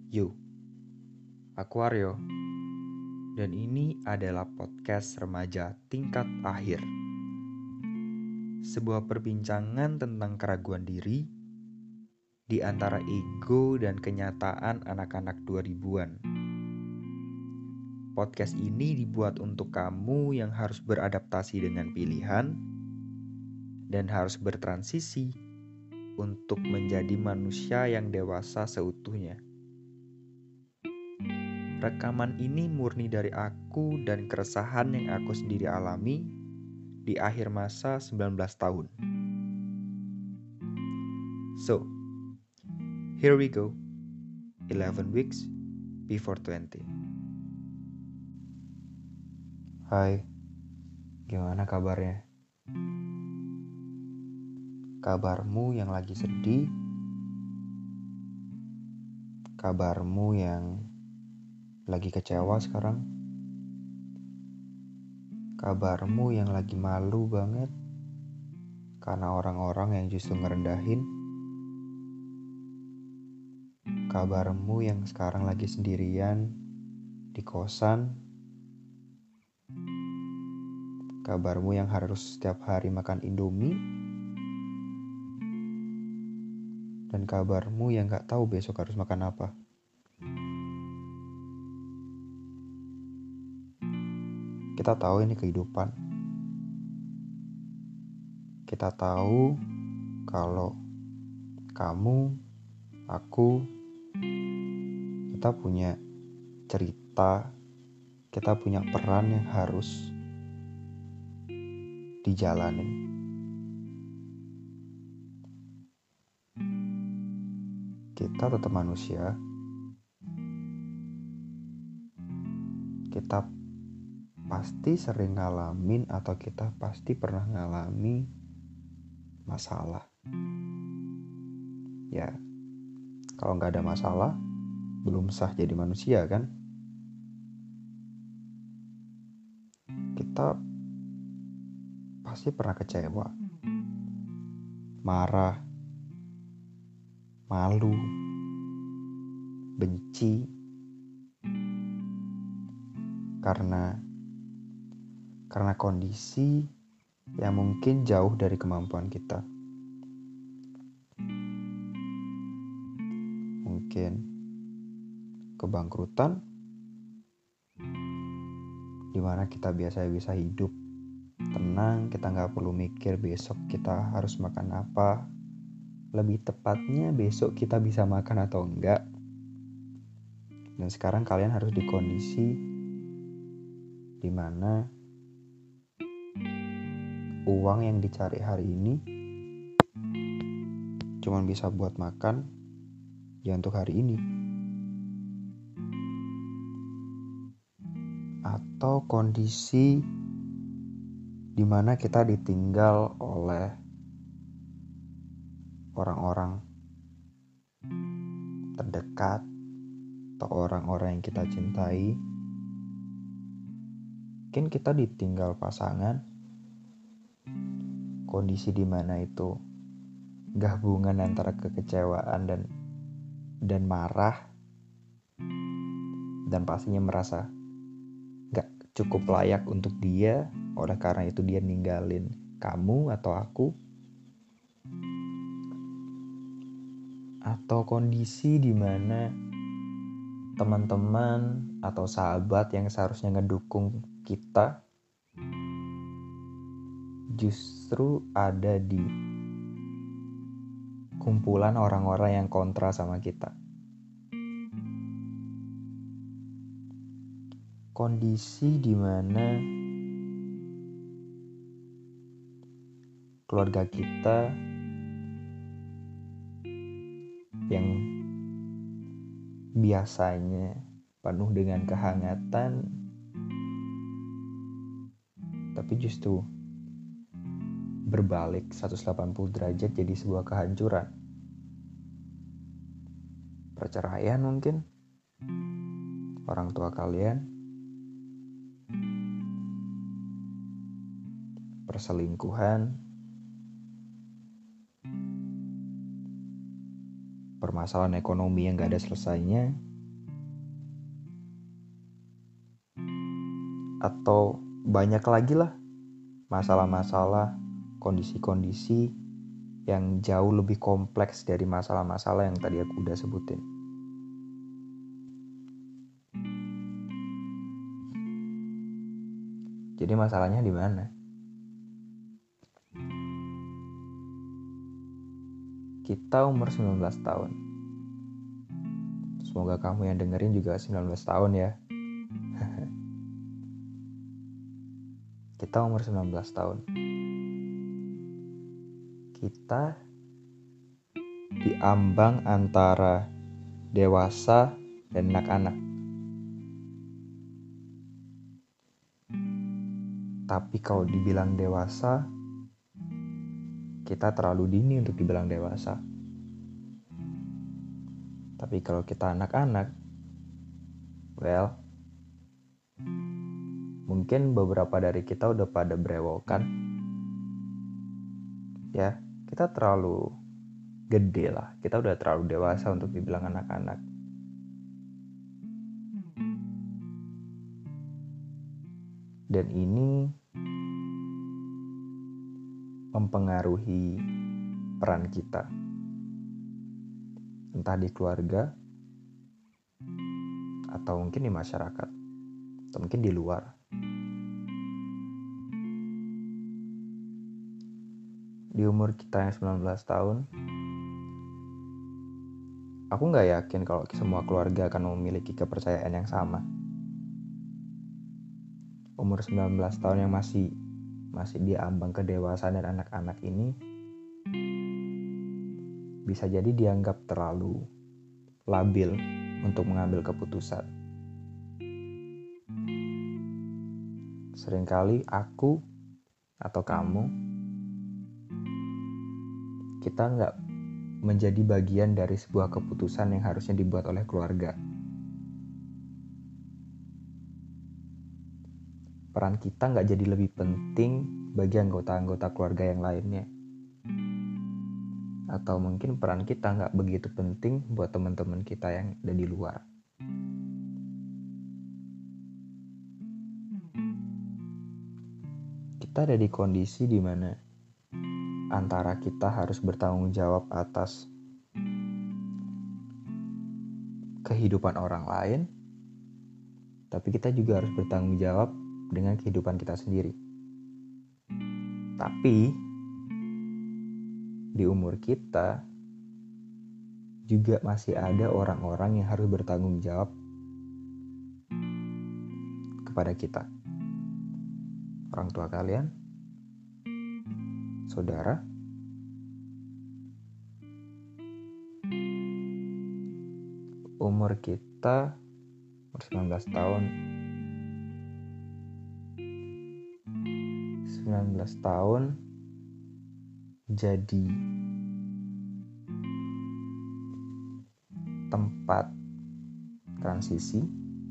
Yo, aku Aryo, dan ini adalah podcast remaja tingkat akhir. Sebuah perbincangan tentang keraguan diri di antara ego dan kenyataan anak-anak 2000-an. Podcast ini dibuat untuk kamu yang harus beradaptasi dengan pilihan dan harus bertransisi untuk menjadi manusia yang dewasa seutuhnya. Rekaman ini murni dari aku dan keresahan yang aku sendiri alami di akhir masa 19 tahun. So, here we go. 11 weeks before 20. Hai, gimana kabarnya? Kabarmu yang lagi sedih? Kabarmu yang lagi kecewa sekarang? Kabarmu yang lagi malu banget karena orang-orang yang justru ngerendahin? Kabarmu yang sekarang lagi sendirian di kosan? Kabarmu yang harus setiap hari makan Indomie? Dan kabarmu yang gak tahu besok harus makan apa? Kita tahu ini kehidupan. Kita tahu kalau kamu, aku, kita punya cerita, kita punya peran yang harus dijalanin. Kita tetap manusia. Kita pasti sering ngalamin atau kita pasti pernah ngalami masalah. Ya, kalau nggak ada masalah, belum sah jadi manusia kan? Kita pasti pernah kecewa, marah, malu, benci, karena kondisi yang mungkin jauh dari kemampuan kita. Mungkin kebangkrutan, dimana kita biasa bisa hidup tenang, kita gak perlu mikir besok kita harus makan apa. Lebih tepatnya besok kita bisa makan atau enggak. Dan sekarang kalian harus di kondisi dimana uang yang dicari hari ini cuma bisa buat makan ya untuk hari ini. Atau kondisi dimana kita ditinggal oleh orang-orang terdekat atau orang-orang yang kita cintai. Mungkin kita ditinggal pasangan, kondisi dimana itu gabungan antara kekecewaan dan marah, dan pastinya merasa gak cukup layak untuk dia, oleh karena itu dia ninggalin kamu atau aku. Atau kondisi dimana teman-teman atau sahabat yang seharusnya ngedukung kita justru ada di kumpulan orang-orang yang kontra sama kita. Kondisi dimana keluarga kita yang biasanya penuh dengan kehangatan, tapi justru berbalik 180 derajat jadi sebuah kehancuran. Perceraian mungkin, orang tua kalian, perselingkuhan, permasalahan ekonomi yang gak ada selesainya, atau banyak lagi lah masalah-masalah, kondisi-kondisi yang jauh lebih kompleks dari masalah-masalah yang tadi aku udah sebutin. Jadi masalahnya di mana? Kita umur 19 tahun. Semoga kamu yang dengerin juga 19 tahun ya. Kita umur 19 tahun. Kita di ambang antara dewasa dan anak-anak. Tapi kalau dibilang dewasa, kita terlalu dini untuk dibilang dewasa. Tapi kalau kita anak-anak, well, mungkin beberapa dari kita udah pada brewokan. Ya, kita terlalu gede lah. Kita udah terlalu dewasa untuk dibilang anak-anak. Dan ini mempengaruhi peran kita. Entah di keluarga, atau mungkin di masyarakat, atau mungkin di luar. Di umur kita yang 19 tahun, aku gak yakin kalau semua keluarga akan memiliki kepercayaan yang sama. Umur 19 tahun yang masih di ambang kedewasaan dan anak-anak ini bisa jadi dianggap terlalu labil untuk mengambil keputusan. Seringkali aku atau kamu, kita nggak menjadi bagian dari sebuah keputusan yang harusnya dibuat oleh keluarga. Peran kita nggak jadi lebih penting bagi anggota-anggota keluarga yang lainnya. Atau mungkin peran kita nggak begitu penting buat teman-teman kita yang ada di luar. Kita ada di kondisi di mana antara kita harus bertanggung jawab atas kehidupan orang lain, tapi kita juga harus bertanggung jawab dengan kehidupan kita sendiri. Tapi di umur kita juga masih ada orang-orang yang harus bertanggung jawab kepada kita. Orang tua kalian, saudara, umur kita umur 19 tahun. 19 tahun jadi tempat transisi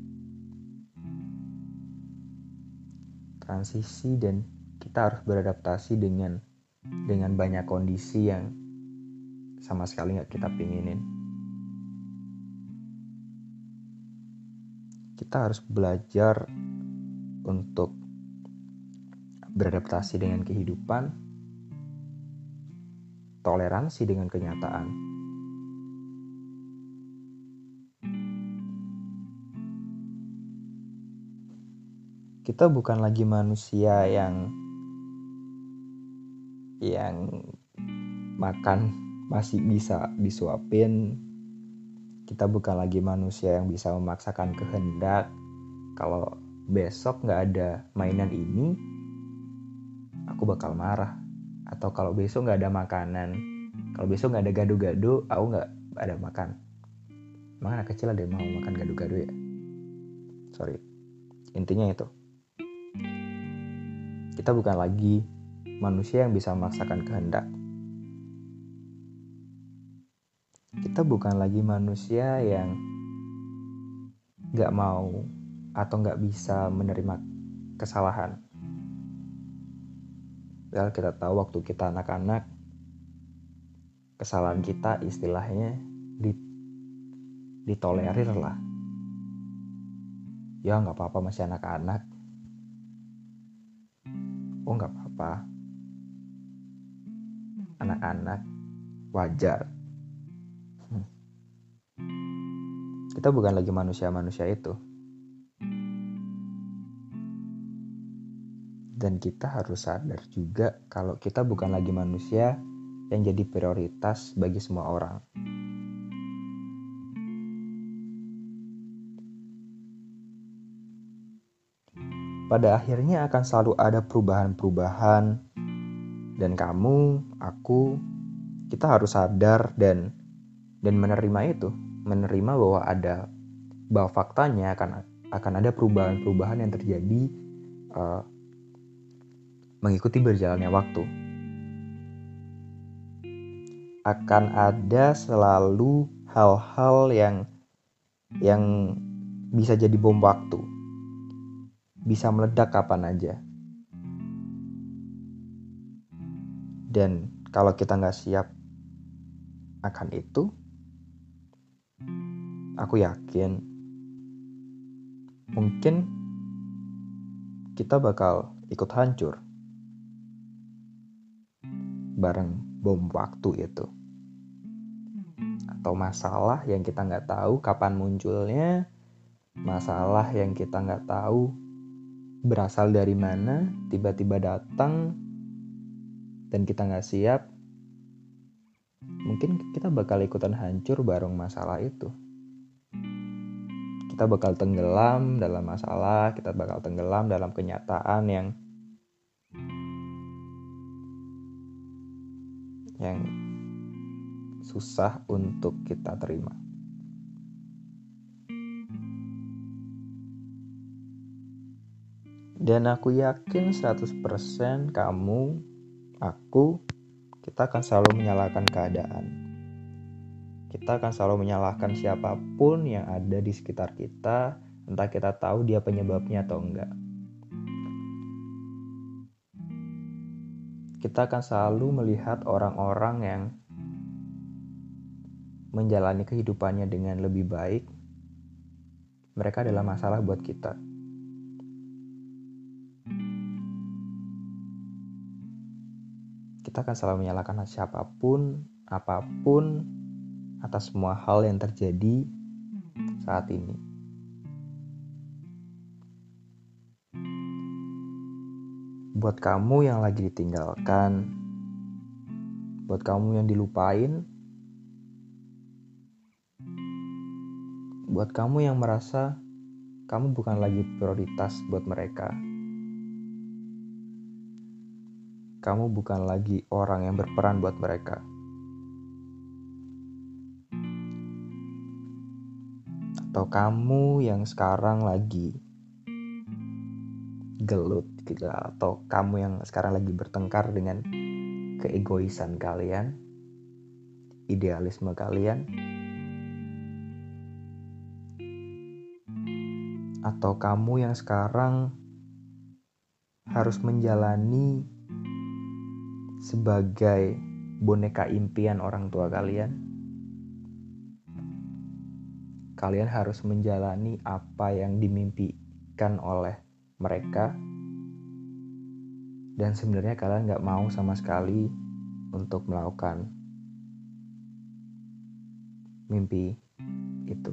dan kita harus beradaptasi dengan banyak kondisi yang sama sekali gak kita pinginin. Kita harus belajar untuk beradaptasi dengan kehidupan, toleransi dengan kenyataan. Kita bukan lagi manusia yang makan masih bisa disuapin. Kita bukan lagi manusia yang bisa memaksakan kehendak. Kalau besok gak ada mainan ini, aku bakal marah. Atau kalau besok gak ada makanan, kalau besok gak ada gado-gado, aku gak ada makan. Emang anak kecil ada yang mau makan gado-gado ya? Sorry. Intinya itu. Kita bukan lagi manusia yang bisa memaksakan kehendak. Kita bukan lagi manusia yang gak mau atau gak bisa menerima kesalahan. Well, kita tahu waktu kita anak-anak, kesalahan kita istilahnya ditolerir lah. Ya gak apa-apa masih anak-anak. Oh, nggak apa-apa, anak-anak, wajar. Kita bukan lagi manusia-manusia itu. Dan kita harus sadar juga kalau kita bukan lagi manusia yang jadi prioritas bagi semua orang. Pada akhirnya akan selalu ada perubahan-perubahan, dan kamu, aku, kita harus sadar dan menerima itu, menerima bahwa faktanya akan ada perubahan-perubahan yang terjadi mengikuti berjalannya waktu. Akan ada selalu hal-hal yang bisa jadi bom waktu, bisa meledak kapan aja. Dan kalau kita nggak siap akan itu, aku yakin mungkin kita bakal ikut hancur bareng bom waktu itu. Atau masalah yang kita nggak tahu kapan munculnya, masalah yang kita nggak tahu berasal dari mana, tiba-tiba datang dan kita nggak siap, mungkin kita bakal ikutan hancur bareng masalah itu. Kita bakal tenggelam dalam masalah, kita bakal tenggelam dalam kenyataan yang susah untuk kita terima. Dan aku yakin 100% kamu, aku, kita akan selalu menyalahkan keadaan. Kita akan selalu menyalahkan siapapun yang ada di sekitar kita, entah kita tahu dia penyebabnya atau enggak. Kita akan selalu melihat orang-orang yang menjalani kehidupannya dengan lebih baik. Mereka adalah masalah buat kita. Kita akan selalu menyalahkan siapapun, apapun, atas semua hal yang terjadi saat ini. Buat kamu yang lagi ditinggalkan, buat kamu yang dilupain, buat kamu yang merasa kamu bukan lagi prioritas buat mereka. Kamu bukan lagi orang yang berperan buat mereka. Atau kamu yang sekarang lagi gelut gitu, atau kamu yang sekarang lagi bertengkar dengan keegoisan kalian, idealisme kalian, atau kamu yang sekarang harus menjalani sebagai boneka impian orang tua kalian. Kalian harus menjalani apa yang dimimpikan oleh mereka, dan sebenarnya kalian gak mau sama sekali untuk melakukan mimpi itu.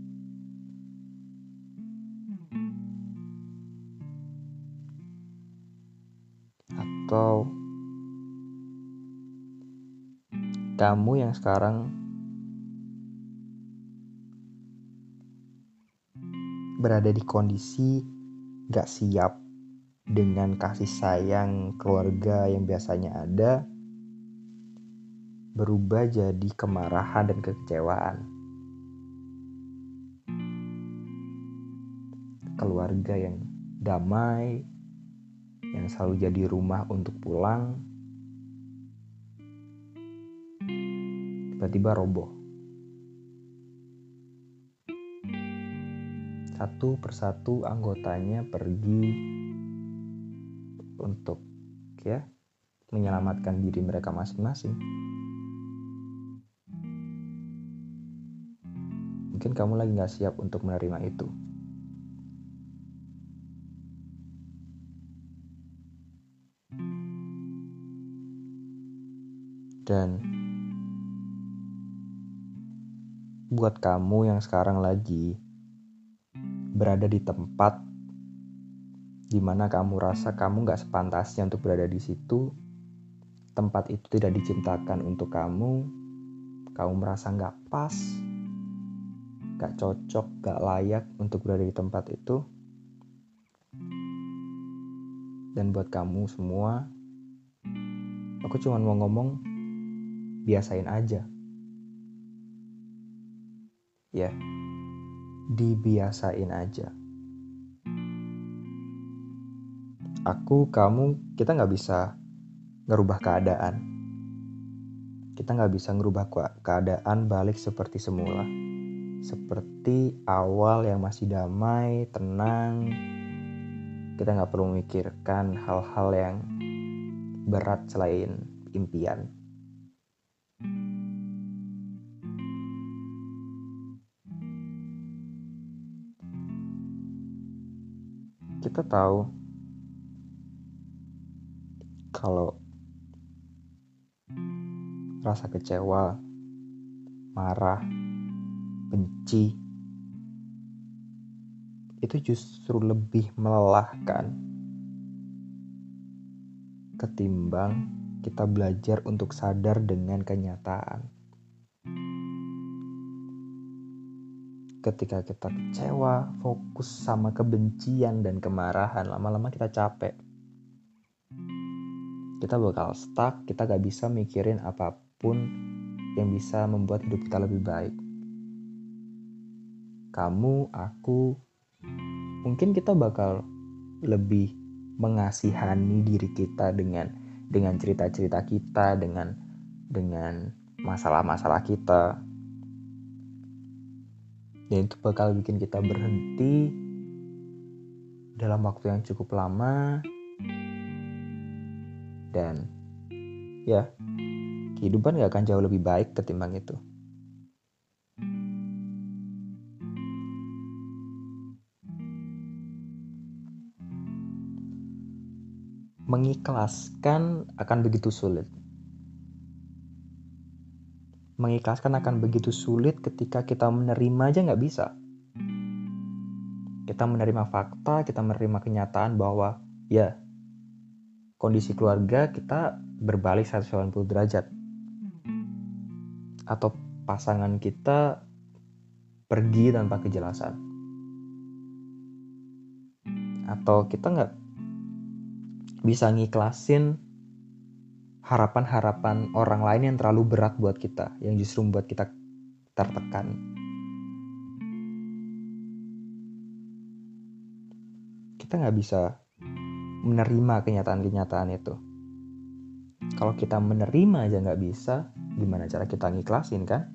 Atau kamu yang sekarang berada di kondisi gak siap dengan kasih sayang keluarga yang biasanya ada, berubah jadi kemarahan dan kekecewaan. Keluarga yang damai, yang selalu jadi rumah untuk pulang, tiba-tiba roboh. Satu persatu anggotanya pergi untuk menyelamatkan diri mereka masing-masing. Mungkin kamu lagi gak siap untuk menerima itu. Dan buat kamu yang sekarang lagi berada di tempat dimana kamu rasa kamu gak sepantasnya untuk berada di situ, tempat itu tidak diciptakan untuk kamu merasa gak pas, gak cocok, gak layak untuk berada di tempat itu. Dan buat kamu semua, aku cuma mau ngomong, biasain aja. Ya, dibiasain aja. Aku, kamu, kita gak bisa ngerubah keadaan. Kita gak bisa ngerubah keadaan balik seperti semula. Seperti awal yang masih damai, tenang. Kita gak perlu memikirkan hal-hal yang berat selain impian. Kita tahu kalau rasa kecewa, marah, benci itu justru lebih melelahkan ketimbang kita belajar untuk sadar dengan kenyataan. Ketika kita kecewa, fokus sama kebencian dan kemarahan, lama-lama kita capek. Kita bakal stuck, kita gak bisa mikirin apapun yang bisa membuat hidup kita lebih baik. Kamu, aku, mungkin kita bakal lebih mengasihani diri kita dengan cerita-cerita kita, dengan masalah-masalah kita. Dan itu bakal bikin kita berhenti dalam waktu yang cukup lama. Dan ya, kehidupan gak akan jauh lebih baik ketimbang itu. Mengikhlaskan akan begitu sulit. Mengikhlaskan akan begitu sulit ketika kita menerima aja gak bisa. Kita menerima fakta, kita menerima kenyataan bahwa ya, kondisi keluarga kita berbalik 180 derajat. Atau pasangan kita pergi tanpa kejelasan. Atau kita gak bisa ngiklasin harapan-harapan orang lain yang terlalu berat buat kita, yang justru membuat kita tertekan. Kita gak bisa menerima kenyataan-kenyataan itu. Kalau kita menerima aja gak bisa, gimana cara kita ngiklasin kan?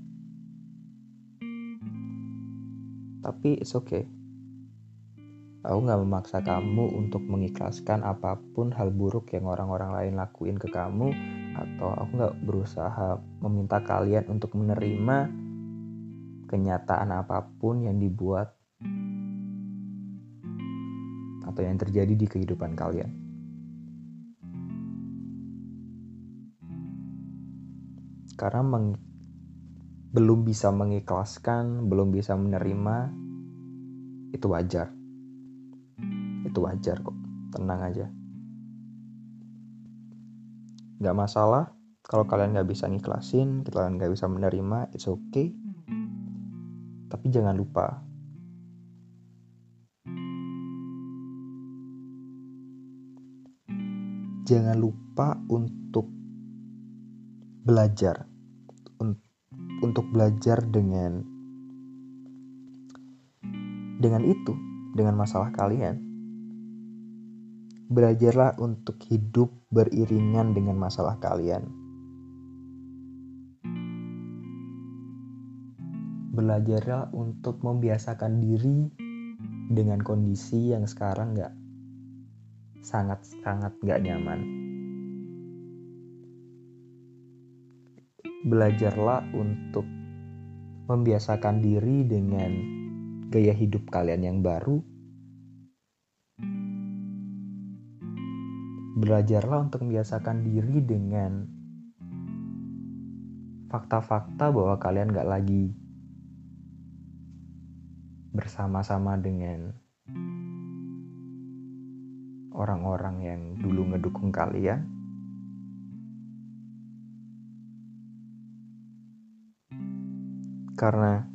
Tapi it's okay. Aku gak memaksa kamu untuk mengikhlaskan apapun hal buruk yang orang-orang lain lakuin ke kamu. Atau aku gak berusaha meminta kalian untuk menerima kenyataan apapun yang dibuat atau yang terjadi di kehidupan kalian. Karena belum bisa mengikhlaskan, belum bisa menerima, itu wajar. Itu wajar kok, tenang aja. Gak masalah kalau kalian gak bisa ngiklasin, kalian gak bisa menerima, it's okay. Tapi jangan lupa, untuk belajar. Untuk belajar dengan itu, dengan masalah kalian. Belajarlah untuk hidup beriringan dengan masalah kalian. Belajarlah untuk membiasakan diri dengan kondisi yang sekarang sangat gak nyaman. Belajarlah untuk membiasakan diri dengan gaya hidup kalian yang baru. Belajarlah untuk membiasakan diri dengan fakta-fakta bahwa kalian gak lagi bersama-sama dengan orang-orang yang dulu ngedukung kalian. Karena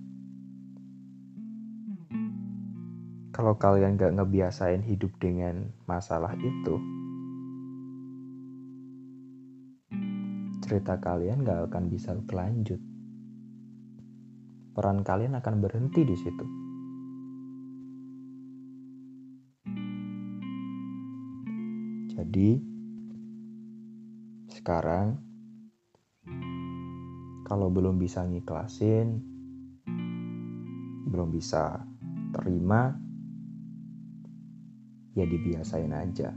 kalau kalian gak ngebiasain hidup dengan masalah itu, cerita kalian gak akan bisa berlanjut. Peran kalian akan berhenti di situ. Jadi, sekarang kalau belum bisa ngiklasin, belum bisa terima, ya dibiasain aja.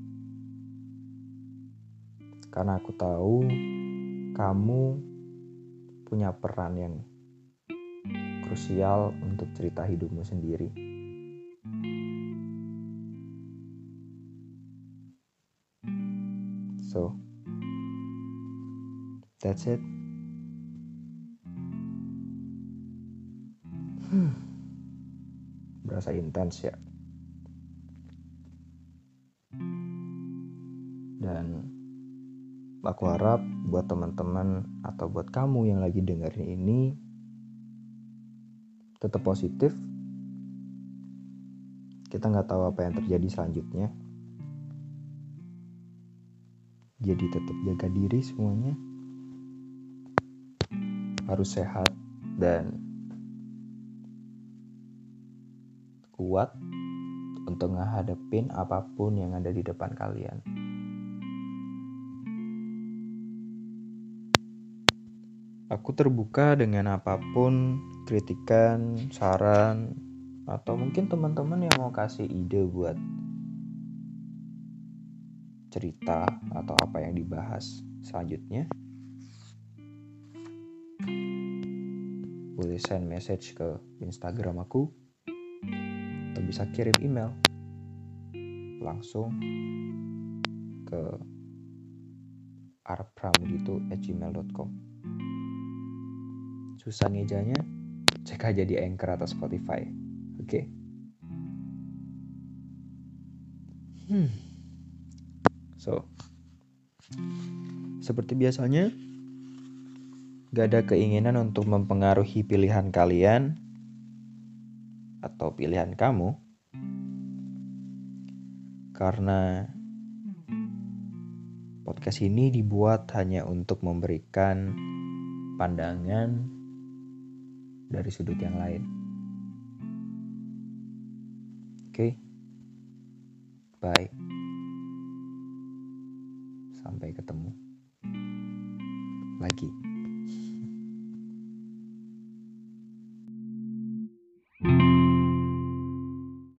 Karena aku tahu kamu punya peran yang krusial untuk cerita hidupmu sendiri. So, that's it. Berasa intens ya. Dan aku harap buat teman-teman atau buat kamu yang lagi dengerin ini tetap positif. Kita nggak tahu apa yang terjadi selanjutnya. Jadi tetap jaga diri semuanya. Harus sehat dan kuat untuk menghadapin apapun yang ada di depan kalian. Aku terbuka dengan apapun, kritikan, saran, atau mungkin teman-teman yang mau kasih ide buat cerita atau apa yang dibahas selanjutnya. Boleh send message ke Instagram aku atau bisa kirim email langsung ke arpramudito@gmail.com. Susah ngejanya, cek aja di Anchor atau Spotify. Oke? So, seperti biasanya, gak ada keinginan untuk mempengaruhi pilihan kalian atau pilihan kamu, karena podcast ini dibuat hanya untuk memberikan pandangan dari sudut yang lain. Oke? Bye. Sampai ketemu lagi.